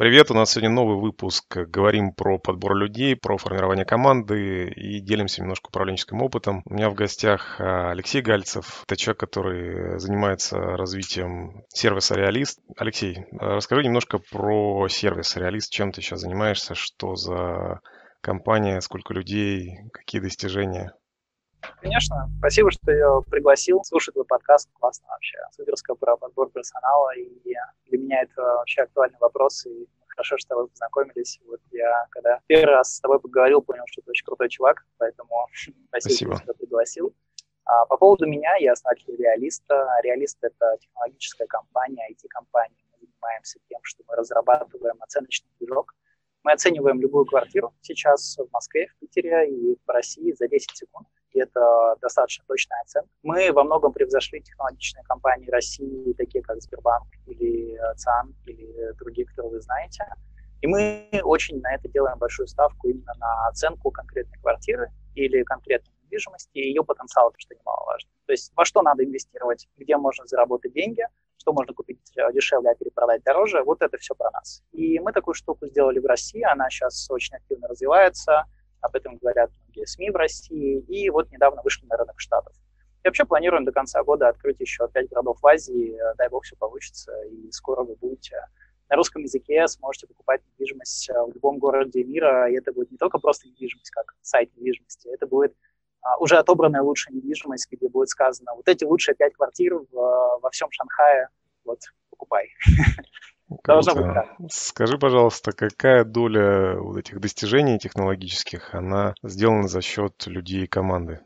Привет, у нас сегодня новый выпуск. Говорим про подбор людей, про формирование команды и делимся немножко управленческим опытом. У меня в гостях Алексей Гальцев. Это человек, который занимается развитием сервиса Realist. Алексей, расскажи немножко про сервис Realist. Чем ты сейчас занимаешься? Что за компания? Сколько людей? Какие достижения? Конечно. Спасибо, что я пригласил. Слушать твой подкаст классно вообще. Суперская про подбор персонала. И для меня это вообще актуальный вопрос. И хорошо, что вы познакомились. Вот я, когда первый раз с тобой поговорил, понял, что ты очень крутой чувак. Поэтому спасибо, что я Спасибо. тебя пригласил. По поводу меня, я основатель Реалиста. Реалист — это технологическая компания, IT-компания. Мы занимаемся тем, что мы разрабатываем оценочный движок. Мы оцениваем любую квартиру сейчас в Москве, в Питере и в России за 10 секунд. И это достаточно точная оценка. Мы во многом превзошли технологичные компании России, такие как Сбербанк или ЦИАН, или другие, которые вы знаете. И мы очень на это делаем большую ставку именно на оценку конкретной квартиры или конкретной недвижимости и ее потенциал, что немаловажно. То есть во что надо инвестировать, где можно заработать деньги, что можно купить дешевле, а перепродать дороже, вот это все про нас. И мы такую штуку сделали в России, она сейчас очень активно развивается, об этом говорят многие СМИ в России, и вот недавно вышли на рынок Штатов. И вообще планируем до конца года открыть еще 5 городов в Азии, дай бог все получится, и скоро вы будете на русском языке, сможете покупать недвижимость в любом городе мира, и это будет не только просто недвижимость, как сайт недвижимости, это будет уже отобранная лучшая недвижимость, где будет сказано, вот эти лучшие 5 квартир во всем Шанхае, вот, покупай. Должно быть Круто. так. Скажи, пожалуйста, какая доля вот этих достижений технологических, она сделана за счет людей и команды?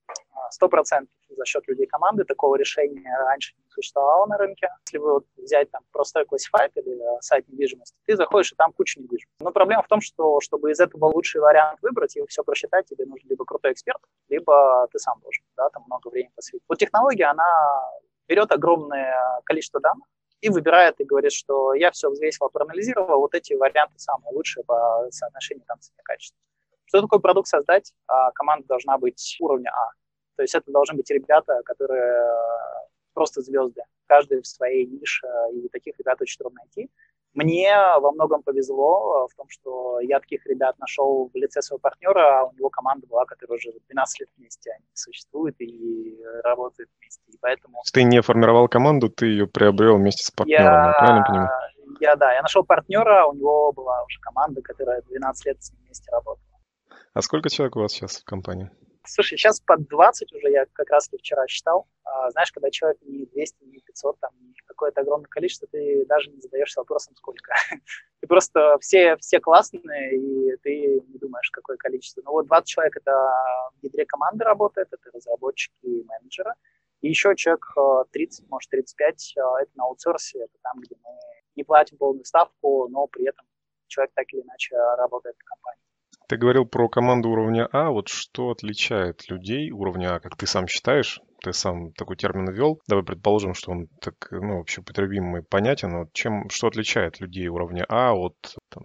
100% за счет людей команды. Такого решения раньше не существовало на рынке. Если вы вот взять там простой классифайт или сайт недвижимости, ты заходишь, и там куча недвижимости. Но проблема в том, что чтобы из этого лучший вариант выбрать и все просчитать, тебе нужен либо крутой эксперт, либо ты сам должен, да, там много времени посвятить. Вот технология, она берет огромное количество данных и выбирает и говорит, что я все взвесил, проанализировал, вот эти варианты самые лучшие по соотношению там цены и качества. Что такое продукт создать? Команда должна быть уровня А. То есть это должны быть ребята, которые просто звезды, каждый в своей нише, и таких ребят очень трудно найти. Мне во многом повезло в том, что я таких ребят нашел в лице своего партнера, а у него команда была, которая уже 12 лет вместе, они существуют и работают вместе. И поэтому Ты не формировал команду, ты ее приобрел вместе с партнером, я правильно понимаю? я нашел партнера, у него была уже команда, которая 12 лет с ним вместе работала. А сколько человек у вас сейчас в компании? Слушай, сейчас под 20 уже, я как раз вчера считал. Знаешь, когда человек не 200, не 500, там, не какое-то огромное количество, ты даже не задаешься вопросом, сколько. Ты просто все классные, и ты не думаешь, какое количество. Ну вот 20 человек — это в ядре команды работает, это разработчики и менеджеры. И еще человек 30, может 35, это на аутсорсе, это там, где мы не платим полную ставку, но при этом человек так или иначе работает в компании. Ты говорил про команду уровня А. Вот что отличает людей уровня А, как ты сам считаешь? Ты сам такой термин ввел. Давай предположим, что он так, общеупотребимый, понятен. Вот что отличает людей уровня А от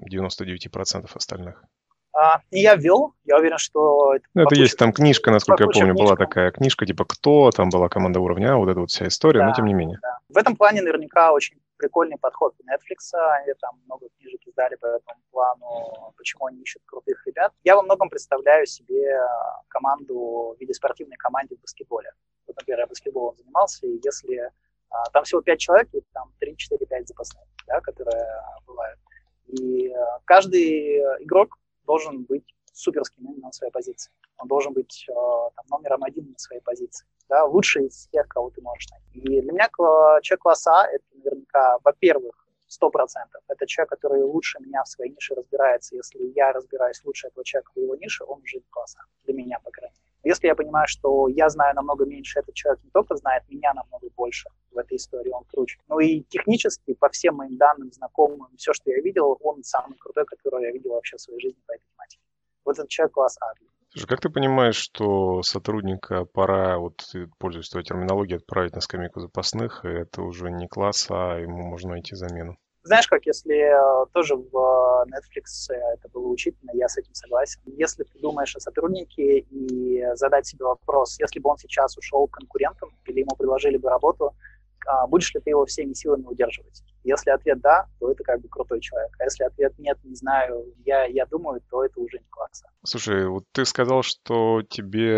99% остальных? Я ввел, я уверен, что это Это есть там книжка, насколько я помню, была книжкам. такая книжка, типа «Кто?», там была команда уровня А, вот эта вот вся история, но тем не менее. Да. В этом плане наверняка очень прикольный подход Netflix, они там много книжек издали по этому плану, почему они ищут крутых ребят. Я во многом представляю себе команду в виде спортивной команды в баскетболе. Вот, например, я баскетболом занимался, и если там всего 5 человек, и там 3, 4, 5 запасных, да, которые бывают. И каждый игрок должен быть суперским именно на своей позиции. Он должен быть там, номером 1 на своей позиции. Да, лучший из тех, кого ты можешь найти. И для меня человек класса А — это наверняка, во-первых, 100%. Это человек, который лучше меня в своей нише разбирается. Если я разбираюсь лучше этого человека в его нише, он уже класс А. Для меня, по крайней мере. Если я понимаю, что я знаю намного меньше, этот человек не только знает меня намного больше в этой истории, он круче, но и технически, по всем моим данным, знакомым, все, что я видел, он самый крутой, которого я видел вообще в своей жизни по этой тематике. Вот этот человек класс А. Слушай, как ты понимаешь, что сотрудника пора, вот пользуясь твоей терминологией, отправить на скамейку запасных, и это уже не класс, а ему можно найти замену? Знаешь, как если тоже в Netflix это было учительно, я с этим согласен. Если ты думаешь о сотруднике и задать себе вопрос, если бы он сейчас ушел к конкурентам или ему предложили бы работу, будешь ли ты его всеми силами удерживать? Если ответ «да», то это как бы крутой человек. А если ответ «нет, не знаю, я думаю», то это уже не классно. Слушай, вот ты сказал, что тебе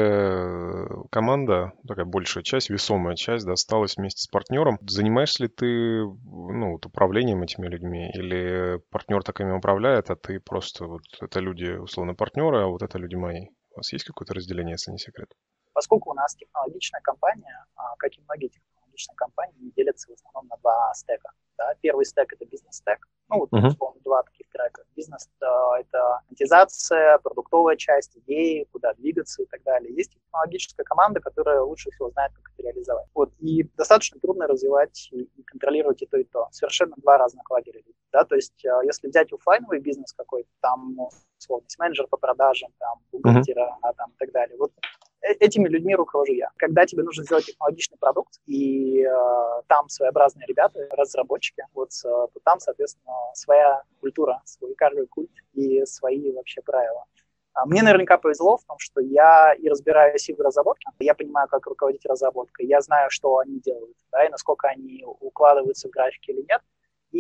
команда, такая большая часть, весомая часть, досталась вместе с партнером. Занимаешься ли ты, ну, вот управлением этими людьми, или партнер так ими управляет, а ты просто вот это люди, условно, партнеры, а вот это люди мои? У вас есть какое-то разделение, если не секрет? Поскольку у нас технологичная компания, как и многие технологичные компании, они делятся в основном на два стека. Да? Первый стек – это бизнес-стек, ну, вот, условно, два таких трека. Бизнес это монетизация, продуктовая часть, идеи, куда двигаться и так далее. Есть технологическая команда, которая лучше всего знает, как это реализовать. Вот. И достаточно трудно развивать и контролировать и то, и то. Совершенно два разных лагеря. Да? То есть, если взять офлайновый бизнес какой-то, там, условно, менеджер по продажам, там, бухгалтера, там, и так далее. Вот этими людьми руковожу я. Когда тебе нужно сделать технологичный продукт, и там своеобразные ребята, разработчики, вот, то там, соответственно, своя культура, свой каждый культ и свои вообще правила. Мне наверняка повезло в том, что я и разбираюсь и в разработке, я понимаю, как руководить разработкой, я знаю, что они делают, да, и насколько они укладываются в графики или нет,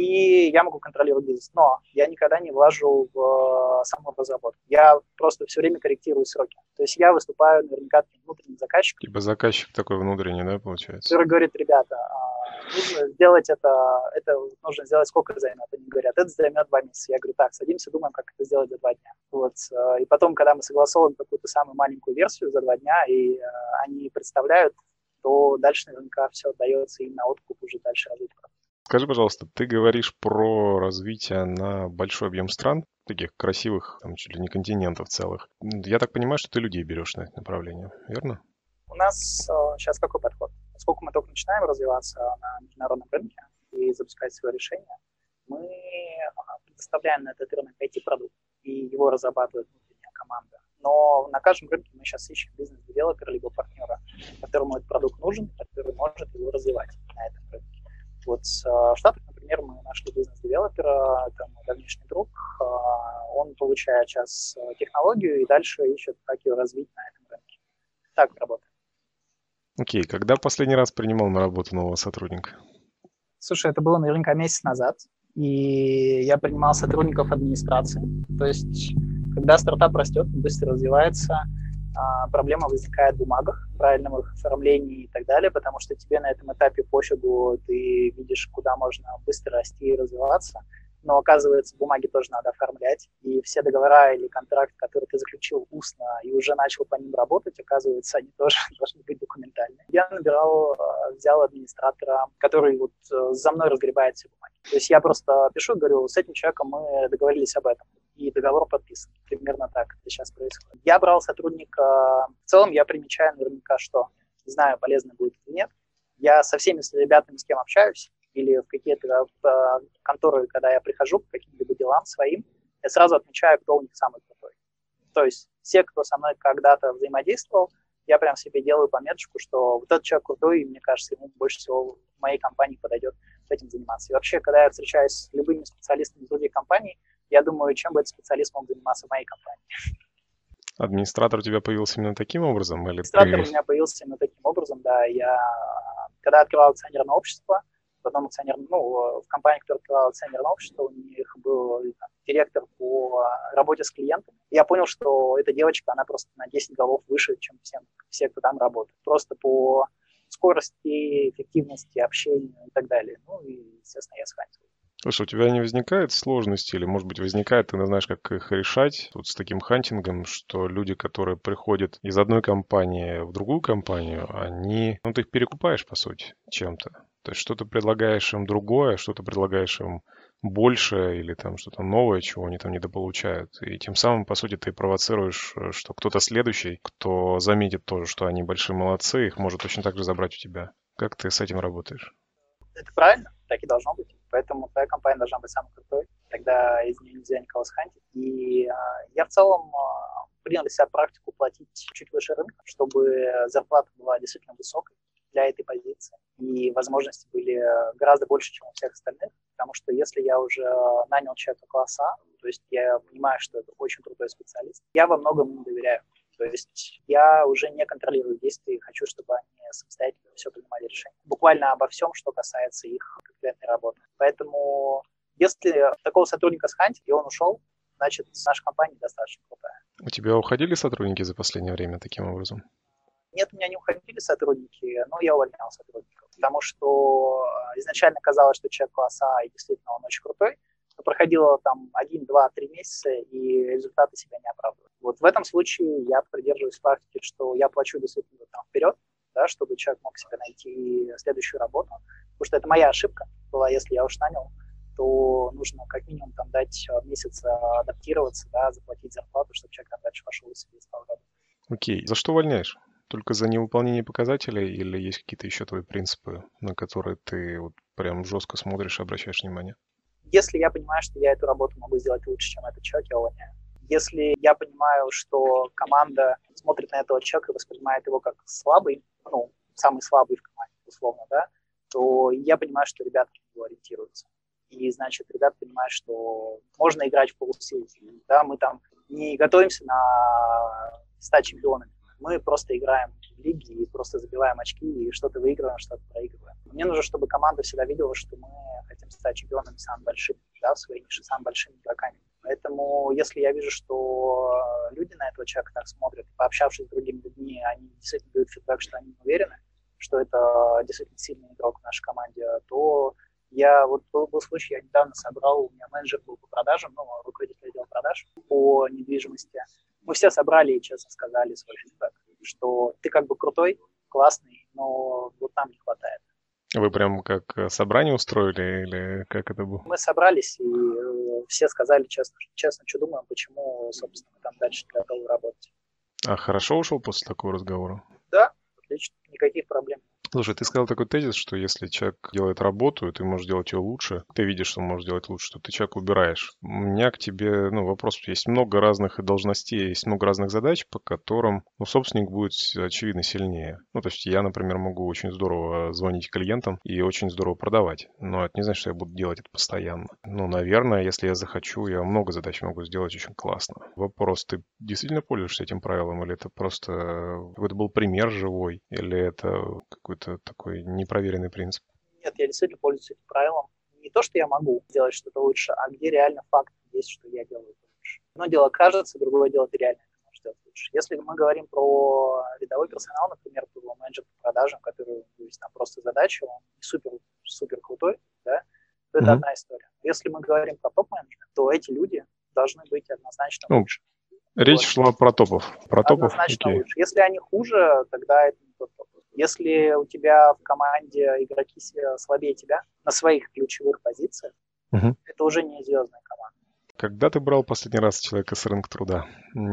и я могу контролировать бизнес. Но я никогда не влажу в саму разработку. Я просто все время корректирую сроки. То есть я выступаю наверняка внутренним заказчиком. Типа заказчик такой внутренний, да, получается? Который говорит: ребята, нужно сделать это нужно сделать, сколько займет? Они говорят: это займет 2 месяца. Я говорю: так, садимся, думаем, как это сделать за 2 дня. Вот. И потом, когда мы согласовываем какую-то самую маленькую версию за 2 дня, и они представляют, то дальше наверняка все отдается им на откуп уже дальше развития. Скажи, пожалуйста, ты говоришь про развитие на большой объем стран, таких красивых, там, чуть ли не континентов целых. Я так понимаю, что ты людей берешь на это направление, верно? У нас сейчас какой подход? Поскольку мы только начинаем развиваться на международном рынке и запускать свои решения, мы предоставляем на этот рынок IT-продукт, и его разрабатывает внутренняя команда. Но на каждом рынке мы сейчас ищем бизнес-девелопера либо партнера, которому этот продукт нужен, который может его развивать на этом рынке. Вот в Штатах, например, мы нашли бизнес-девелопера, это мой давнишний друг, он получает сейчас технологию и дальше ищет, как ее развить на этом рынке. Так работает. Окей, когда последний раз принимал на работу нового сотрудника? Слушай, это было наверняка месяц назад, и я принимал сотрудников администрации. То есть, когда стартап растет, быстро развивается, проблема возникает в бумагах, правильном их оформлении и так далее, потому что тебе на этом этапе пофигу, ты видишь, куда можно быстро расти и развиваться, но оказывается, бумаги тоже надо оформлять, и все договора или контракты, которые ты заключил устно и уже начал по ним работать, оказывается, они тоже должны быть документальные. Я взял администратора, который вот за мной разгребает все бумаги. То есть я просто пишу и говорю: с этим человеком мы договорились об этом, и договор подписан. Примерно так это сейчас происходит. Я брал сотрудника, в целом я примечаю наверняка, что, не знаю, полезно будет или нет, я со всеми ребятами, с кем общаюсь, или в какие-то конторы, когда я прихожу по каким-либо делам своим, я сразу отмечаю, кто у них самый крутой. То есть все, кто со мной когда-то взаимодействовал, я прям себе делаю пометочку, что вот этот человек крутой, и мне кажется, ему больше всего в моей компании подойдет этим заниматься. И вообще, когда я встречаюсь с любыми специалистами из других компаний, я думаю, чем бы этот специалист мог заниматься в моей компании. Администратор у тебя появился именно таким образом? Или Администратор у меня появился именно таким образом, да. Я, когда открывал акционерное общество, потом в компании, которая открывала акционерное общество, у них был директор по работе с клиентами. Я понял, что эта девочка, она просто на 10 голов выше, чем все, кто там работает. Просто по скорости, эффективности, общению и так далее. Ну и, естественно, я схватил. Слушай, у тебя не возникает сложности, или, может быть, возникает, ты не знаешь, как их решать, вот с таким хантингом, что люди, которые приходят из одной компании в другую компанию, ты их перекупаешь, по сути, чем-то. То есть что-то предлагаешь им другое, что-то предлагаешь им больше или там что-то новое, чего они там недополучают. И тем самым, по сути, ты провоцируешь, что кто-то следующий, кто заметит тоже, что они большие молодцы, их может точно так же забрать у тебя. Как ты с этим работаешь? Это правильно, так и должно быть. Поэтому твоя компания должна быть самой крутой. Тогда из нее нельзя никого схантить. И я в целом принял для себя практику платить чуть выше рынка, чтобы зарплата была действительно высокой для этой позиции. И возможности были гораздо больше, чем у всех остальных. Потому что если я уже нанял человека класса А, то есть я понимаю, что это очень крутой специалист, я во многом ему доверяю. То есть я уже не контролирую действия и хочу, чтобы они самостоятельно все принимали решения. Буквально обо всем, что касается их конкретной работы. Поэтому если такого сотрудника схантили, и он ушел, значит, наша компания достаточно крутая. У тебя уходили сотрудники за последнее время таким образом? Нет, у меня не уходили сотрудники, но я увольнял сотрудников, потому что изначально казалось, что человек класса А, и действительно он очень крутой, но проходило там 1, 2, 3 месяца, и результаты себя не оправдывают. Вот в этом случае я придерживаюсь практики, что я плачу действительно там вперед, да, чтобы человек мог себе найти следующую работу, потому что это моя ошибка была, если я уж нанял, то нужно как минимум там дать месяц адаптироваться, да, заплатить зарплату, чтобы человек там дальше пошел и себе стал работать. Окей. За что увольняешь? Только за невыполнение показателей или есть какие-то еще твои принципы, на которые ты вот прям жестко смотришь и обращаешь внимание? Если я понимаю, что я эту работу могу сделать лучше, чем этот человек, я увольняю. Если я понимаю, что команда смотрит на этого человека и воспринимает его как слабый, ну, самый слабый в команде, условно, да, то я понимаю, что ребята на него ориентируются. И, значит, ребята понимают, что можно играть в полусилу. Да, мы там не готовимся на 100 чемпионами. Мы просто играем в лиге и просто забиваем очки и что-то выигрываем, что-то проигрываем. Мне нужно, чтобы команда всегда видела, что мы хотим стать чемпионами самыми большими, да, в своей нише, самыми большими игроками. Поэтому, если я вижу, что люди на этого человека так смотрят, пообщавшись с другими людьми, они действительно дают фидбэк, что они не уверены, что это действительно сильный игрок в нашей команде, то я, вот был случай, я недавно собрал, у меня менеджер был по продажам, ну, руководитель отдела продаж по недвижимости. Мы все собрали и честно сказали свой фидбэк, что ты как бы крутой, классный, но вот нам не хватает. Вы прям как собрание устроили или как это было? Мы собрались и все сказали честно, что думаем, почему, собственно, мы там дальше не готовы работать. А хорошо ушел после такого разговора? Да, отлично, никаких проблем. Слушай, ты сказал такой тезис, что если человек делает работу, и ты можешь делать ее лучше, ты видишь, что он может делать лучше, что ты человека убираешь. У меня к тебе, вопрос. Есть много разных должностей, есть много разных задач, по которым, собственник будет, очевидно, сильнее. То есть я, например, могу очень здорово звонить клиентам и очень здорово продавать, но это не значит, что я буду делать это постоянно. Наверное, если я захочу, я много задач могу сделать очень классно. Вопрос, ты действительно пользуешься этим правилом, или это просто какой-то был пример живой, или это какой-то такой непроверенный принцип? Нет, я действительно пользуюсь этим правилом. Не то, что я могу сделать что-то лучше, а где реально факт есть, что я делаю это лучше. Одно дело кажется, другое дело ты реально это можешь делать лучше. Если мы говорим про рядовой персонал, например, про менеджер по продажам, который есть там просто задача, он супер крутой, да, то это одна история. Если мы говорим про топ-менеджмент, то эти люди должны быть однозначно лучше. Речь шла про топов. Про топов, однозначно лучше. Если они хуже, тогда это не тот топ. Если у тебя в команде игроки слабее тебя на своих ключевых позициях, это уже не звездная команда. Когда ты брал последний раз человека с рынка труда?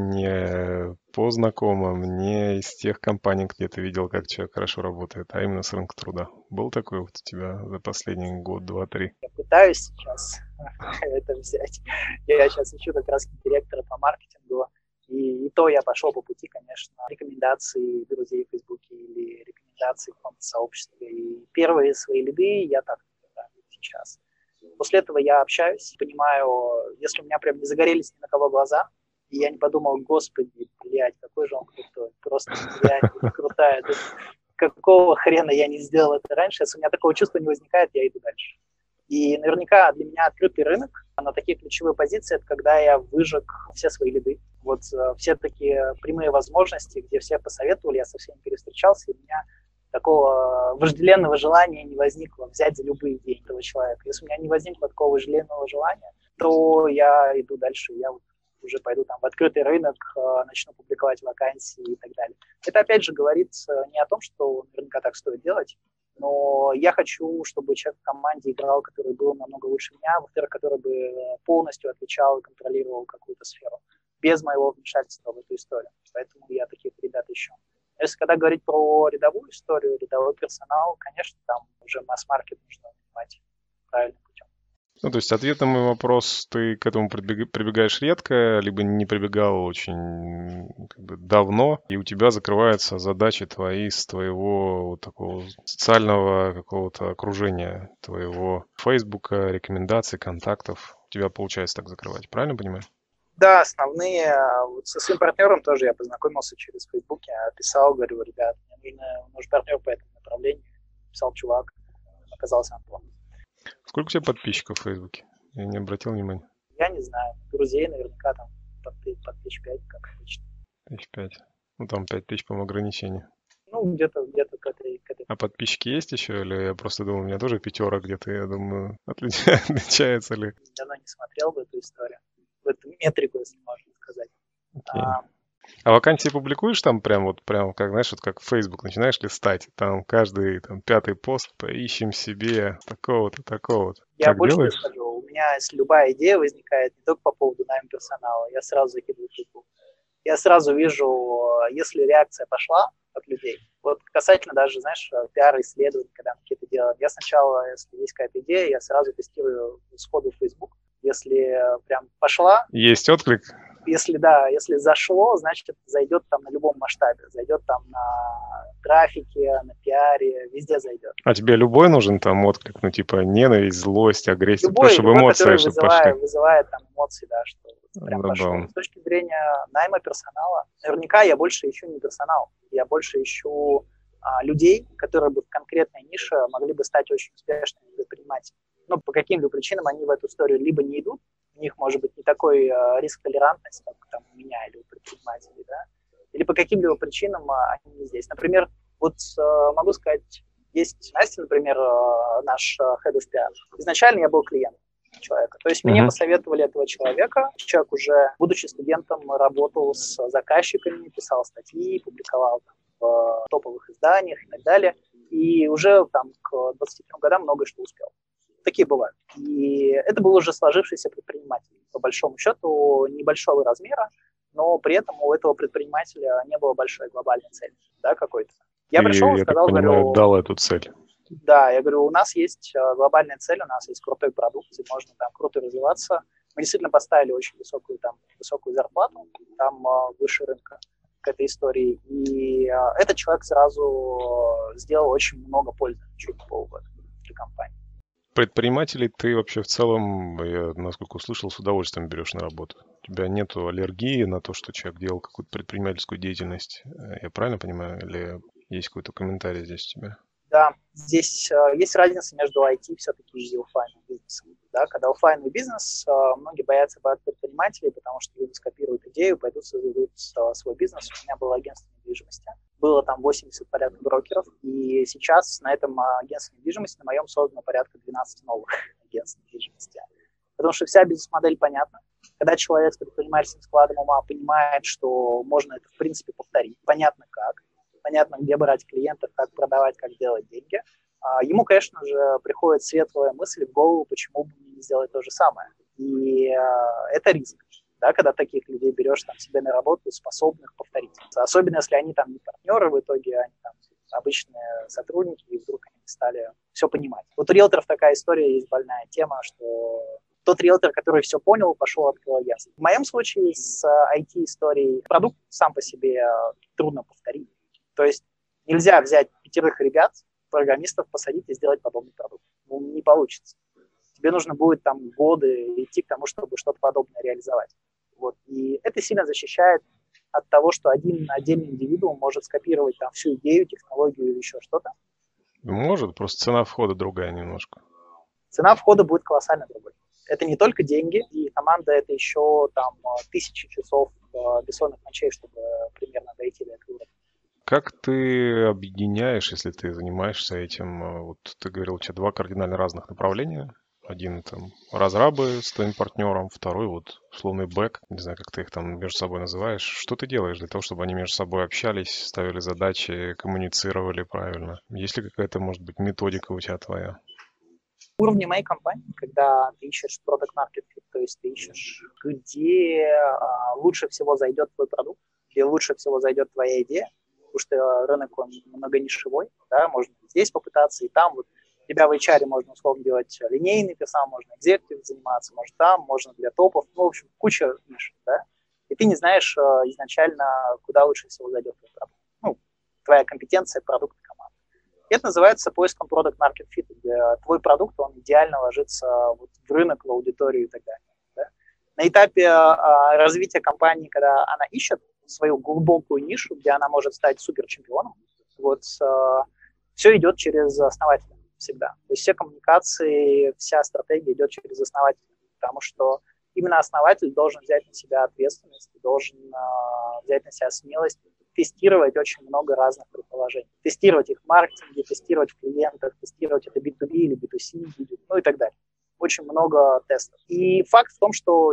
Не по знакомым, не из тех компаний, где ты видел, как человек хорошо работает, а именно с рынка труда. Был такой вот у тебя за последний год, 2, 3? Я пытаюсь сейчас это взять. Я сейчас ищу как раз директора по маркетингу. И то я пошел по пути, конечно, рекомендаций друзей в Фейсбуке или рекомендаций в каком-то сообществе. И первые свои лиды я так сейчас. После этого я общаюсь, понимаю, если у меня прям не загорелись ни на кого глаза, и я не подумал, господи, блядь, какой же он крутой, просто нереально крутая. Какого хрена я не сделал это раньше? Если у меня такого чувства не возникает, я иду дальше. И наверняка для меня открытый рынок на такие ключевые позиции, это когда я выжег все свои лиды. Вот все такие прямые возможности, где все посоветовали, я со всеми перестречался, и у меня такого вожделенного желания не возникло взять за любые деньги этого человека. Если у меня не возникло такого вожделенного желания, то я иду дальше, я уже пойду там в открытый рынок, начну публиковать вакансии и так далее. Это опять же говорит не о том, что наверняка так стоит делать, но я хочу, чтобы человек в команде играл, который был намного лучше меня, во-вторых, который бы полностью отвечал и контролировал какую-то сферу, без моего вмешательства в эту историю. Поэтому я таких ребят ищу. Если когда говорить про рядовую историю, рядовой персонал, конечно, там уже масс-маркет нужно понимать правильным путем. То есть ответ на мой вопрос, ты к этому прибегаешь редко, либо не прибегал очень давно, и у тебя закрываются задачи твои с твоего вот такого социального какого-то окружения, твоего Фейсбука, рекомендаций, контактов. У тебя получается так закрывать, правильно понимаю? Да, основные. Вот со своим партнером тоже я познакомился через Facebook. Я писал, говорю, ребят, мне нужен партнер по этому направлению. Писал чувак, оказался Антон. Сколько у тебя подписчиков в Фейсбуке? Я не обратил внимания. Я не знаю, друзей наверняка там под 1005, как обычно. 1005. Ну, там 5000, по-моему, ограничений. Ну, где-то к этой... А подписчики есть еще? Или я просто думал, у меня тоже пятерок где-то, я думаю, отличается ли? Давно не смотрел в эту историю, в эту метрику, если можно сказать. Окей. А вакансии публикуешь там прям, как, знаешь, вот как в Facebook начинаешь листать, там каждый там 5-й пост, поищем себе такого-то, такого-то. Я Так больше делаешь? скажу, у меня, если любая идея возникает не только по поводу найма персонала, я сразу закидываю клику. Я сразу вижу, если реакция пошла от людей. Вот касательно даже, знаешь, пиар-исследований, когда мы какие-то делаем. Я сначала, если есть какая-то идея, я сразу тестирую сходу в Facebook. Если прям пошла... Есть отклик? Если да, если зашло, значит, зайдет там на любом масштабе. Зайдет там на трафике, на пиаре, везде зайдет. А тебе любой нужен там отклик? Ну, типа ненависть, злость, агрессия? Любой, чтобы эмоции, который чтобы пошли. вызывает там эмоции, да, что прям пошел. Забавно. С точки зрения найма персонала, наверняка я больше ищу не персонал, я больше ищу людей, которые бы в конкретной нише могли бы стать очень успешными предпринимателями. Но по каким-либо причинам они в эту историю либо не идут, у них может быть не такой риск-толерантность, как там у меня или у предпринимателей, да, или по каким-либо причинам они не здесь. Например, вот могу сказать, есть Настя, например, наш Head of PR. Изначально я был клиентом человека. То есть мне посоветовали этого человека. Человек уже, будучи студентом, работал с заказчиками, писал статьи, публиковал там, в топовых изданиях и так далее. И уже там к 23 годам многое что успел. Такие бывают. И это был уже сложившийся предприниматель. По большому счету, небольшого размера, но при этом у этого предпринимателя не было большой глобальной цели, да, какой-то. Я пришел и сказал, так понимаю, говорю, дал эту цель. Да, я говорю, у нас есть глобальная цель, у нас есть крутой продукт, и можно там круто развиваться. Мы действительно поставили очень высокую зарплату, там выше рынка к этой истории. И этот человек сразу сделал очень много пользы чуть полгода для компании. Предпринимателей ты вообще в целом, я, насколько услышал, с удовольствием берешь на работу. У тебя нету аллергии на то, что человек делал какую-то предпринимательскую деятельность. Я правильно понимаю? Или есть какой-то комментарий здесь у тебя? Да, здесь есть разница между IT все-таки и офлайновым бизнесом. Да? Когда офлайновый бизнес, многие боятся предпринимателей, потому что люди скопируют идею, пойдут создадут свой бизнес. У меня было агентство недвижимости. Было там 80 порядка брокеров, и сейчас на этом агентстве недвижимости на моем создано порядка 12 новых агентств недвижимости. Потому что вся бизнес-модель понятна. Когда человек с предпринимательским складом ума понимает, что можно это в принципе повторить, понятно как, понятно, где брать клиентов, как продавать, как делать деньги, ему, конечно же, приходит светлая мысль в голову, почему бы не сделать то же самое. И это риск, да, когда таких людей берешь там, себе на работу, способных повторить. Особенно, если они там не партнеры, в итоге они там обычные сотрудники, и вдруг они стали все понимать. Вот у риэлторов такая история, есть больная тема, что тот риэлтор, который все понял, пошел открыл агентство. В моем случае с IT-историей продукт сам по себе трудно повторить. То есть нельзя взять 5 ребят, программистов, посадить и сделать подобный продукт. Ну, не получится. Тебе нужно будет там годы идти к тому, чтобы что-то подобное реализовать. Вот. И это сильно защищает от того, что один отдельный индивидуум может скопировать там всю идею, технологию или еще что-то. Может, просто цена входа другая немножко. Цена входа будет колоссально другой. Это не только деньги, и команда это еще там 1000 часов бессонных ночей, чтобы примерно дойти до этого уровня. Как ты объединяешь, если ты занимаешься этим? Вот ты говорил, у тебя 2 кардинально разных направления. Один там разрабы с твоим партнером, второй вот условный бэк, не знаю, как ты их там между собой называешь. Что ты делаешь для того, чтобы они между собой общались, ставили задачи, коммуницировали правильно? Есть ли какая-то, может быть, методика у тебя твоя? Уровне моей компании, когда ты ищешь product market fit, то есть ты ищешь, где лучше всего зайдет твой продукт, где лучше всего зайдет твоя идея, потому что рынок, он многонишевой, да, можно здесь попытаться, и там. Вот у тебя в HR можно условно делать линейный персонал, можно экзекутив заниматься, может там, можно для топов, ну, в общем, куча ниш, да, и ты не знаешь изначально, куда лучше всего зайдет твой продукт. Ну, твоя компетенция, продукт, команда. Это называется поиском product market fit, где твой продукт, он идеально ложится вот в рынок, в аудиторию и так далее. Да? На этапе развития компании, когда она ищет свою глубокую нишу, где она может стать суперчемпионом, вот все идет через основателя всегда. То есть все коммуникации, вся стратегия идет через основателя, потому что именно основатель должен взять на себя ответственность, должен взять на себя смелость тестировать очень много разных предположений. Тестировать их в маркетинге, тестировать в клиентах, тестировать это B2B или B2C, ну и так далее. Очень много тестов. И факт в том, что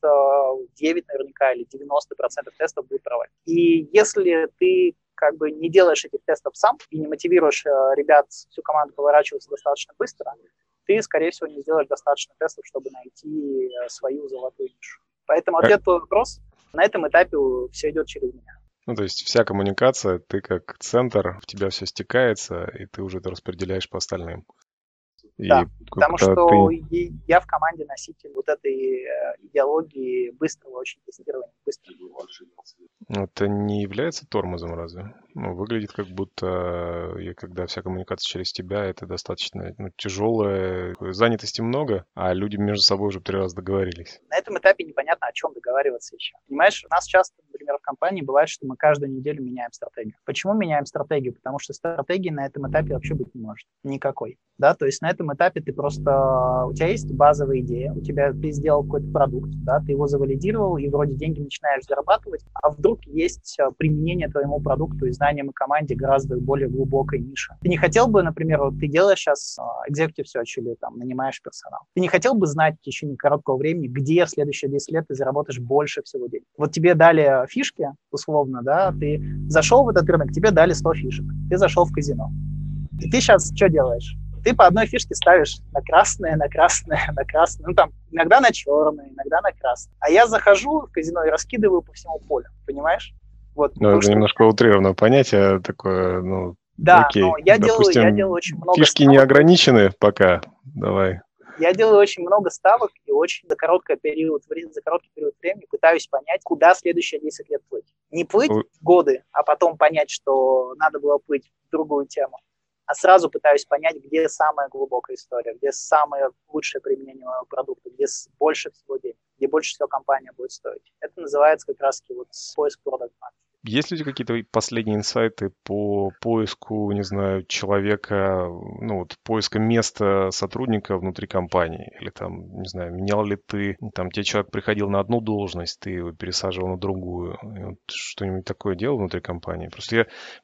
99 наверняка или 90% тестов будет провален. И если ты как бы не делаешь этих тестов сам и не мотивируешь ребят, всю команду поворачиваться достаточно быстро, ты, скорее всего, не сделаешь достаточно тестов, чтобы найти свою золотую нишу. Поэтому ответ на твой вопрос, на этом этапе все идет через меня. Ну, то есть вся коммуникация, ты как центр, в тебя все стекается, и ты уже это распределяешь по остальным. Да, потому что я в команде носитель вот этой идеологии быстрого очень тестирования. Это не является тормозом разве? Ну, выглядит как будто, когда вся коммуникация через тебя, это достаточно тяжелое. Занятости много, а люди между собой уже 3 раза договорились. На этом этапе непонятно, о чем договариваться еще. Понимаешь, у нас часто, например, в компании бывает, что мы каждую неделю меняем стратегию. Почему меняем стратегию? Потому что стратегии на этом этапе вообще быть не может. Никакой. Да, то есть на этом этапе ты просто... У тебя есть базовая идея, ты сделал какой-то продукт, да, ты его завалидировал, и вроде деньги начинаешь зарабатывать, а вдруг есть применение твоему продукту и знаниям и команде гораздо более глубокой ниши. Ты не хотел бы, например, вот ты делаешь сейчас executive search или там нанимаешь персонал, ты не хотел бы знать в течение короткого времени, где в следующие 10 лет ты заработаешь больше всего денег? Вот тебе дали фишки, условно, да, ты зашел в этот рынок, тебе дали 100 фишек, ты зашел в казино. И ты сейчас что делаешь? Ты по одной фишке ставишь на красное, на красное, на красное, ну там иногда на черное, иногда на красное. А я захожу в казино и раскидываю по всему полю, понимаешь? Вот, ну, это немножко утрированное понятие такое, ну, да, окей. но я Допустим, делаю очень много фишки ставок. не ограничены пока, давай. Я делаю очень много ставок и очень за короткий период времени пытаюсь понять, куда следующие 10 лет плыть. Не плыть годы, а потом понять, что надо было плыть в другую тему, а сразу пытаюсь понять, где самая глубокая история, где самое лучшее применение моего продукта, где больше всего денег, где больше всего компания будет стоить. Это называется как раз-таки вот поиск product market. Есть ли у тебя какие-то последние инсайты по поиску, не знаю, человека, ну вот поиска места сотрудника внутри компании? Или там, не знаю, менял ли ты, там тебе человек приходил на одну должность, ты его пересаживал на другую? И вот что-нибудь такое делал внутри компании? Просто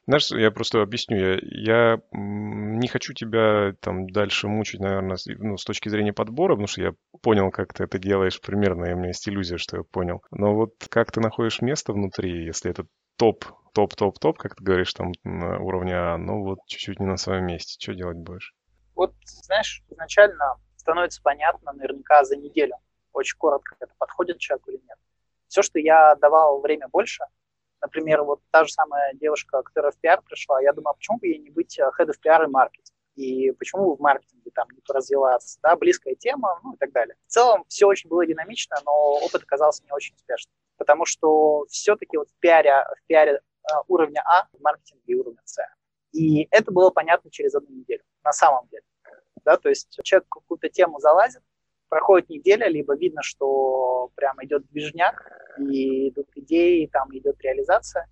я просто объясню, я не хочу тебя там дальше мучить, наверное, с точки зрения подбора, потому что я понял, как ты это делаешь примерно, и у меня есть иллюзия, что я понял. Но вот как ты находишь место внутри, если это топ, как ты говоришь, там на уровне А, но вот чуть-чуть не на своем месте. Что делать будешь? Вот, знаешь, изначально становится понятно наверняка за неделю. Очень коротко, это подходит человеку или нет. Все, что я давал время больше, например, вот та же самая девушка, которая в пиар пришла, я думаю, почему бы ей не быть head of PR и маркетинг? И почему в маркетинге там не поразвиваться, да, близкая тема, ну и так далее. В целом все очень было динамично, но опыт оказался не очень успешным. Потому что все-таки вот в пиаре уровня А, в маркетинге уровня С. И это было понятно через 1 неделю, на самом деле. Да, то есть человек в какую-то тему залазит, проходит неделя, либо видно, что прямо идет движняк, и идут идеи, там идет реализация,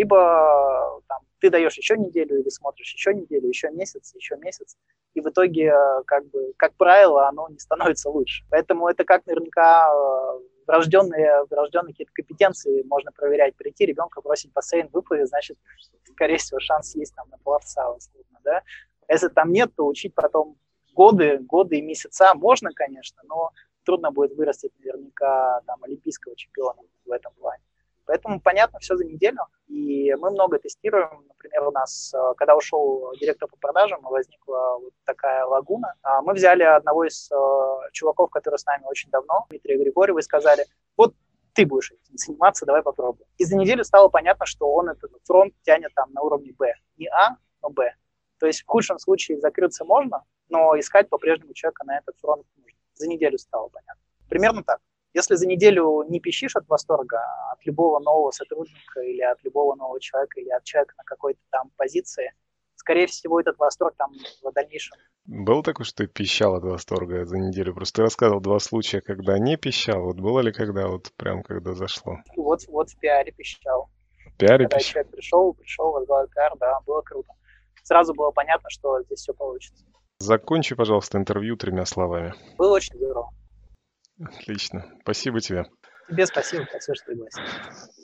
либо там, ты даешь еще неделю или смотришь еще неделю, еще месяц, и в итоге, как правило, оно не становится лучше. Поэтому это как наверняка врожденные какие-то компетенции можно проверять. Прийти ребенка бросить в бассейн, выплывет, значит, скорее всего, шанс есть там на пловца, условно, да. Если там нет, то учить потом годы и месяца можно, конечно, но трудно будет вырастить наверняка там олимпийского чемпиона в этом плане. Поэтому понятно все за неделю, и мы много тестируем. Например, у нас, когда ушел директор по продажам, возникла вот такая лагуна. Мы взяли одного из чуваков, который с нами очень давно, Дмитрия Григорьева, и сказали, вот ты будешь этим заниматься, давай попробуем. И за неделю стало понятно, что он этот фронт тянет там на уровне Б. Не А, но Б. То есть в худшем случае закрыться можно, но искать по-прежнему человека на этот фронт нужно. За неделю стало понятно. Примерно так. Если за неделю не пищишь от восторга от любого нового сотрудника или от любого нового человека, или от человека на какой-то там позиции, скорее всего, этот восторг там в дальнейшем. Было такое, что ты пищал от восторга за неделю? Просто ты рассказывал 2 случая, когда не пищал. Вот было ли когда вот прям когда зашло? Вот в пиаре пищал. В пиаре Когда пищал? человек пришел, возглавил пиар, да, было круто. Сразу было понятно, что здесь все получится. Закончи, пожалуйста, интервью 3 словами. Было очень здорово. Отлично. Спасибо тебе. Тебе спасибо, что пригласил.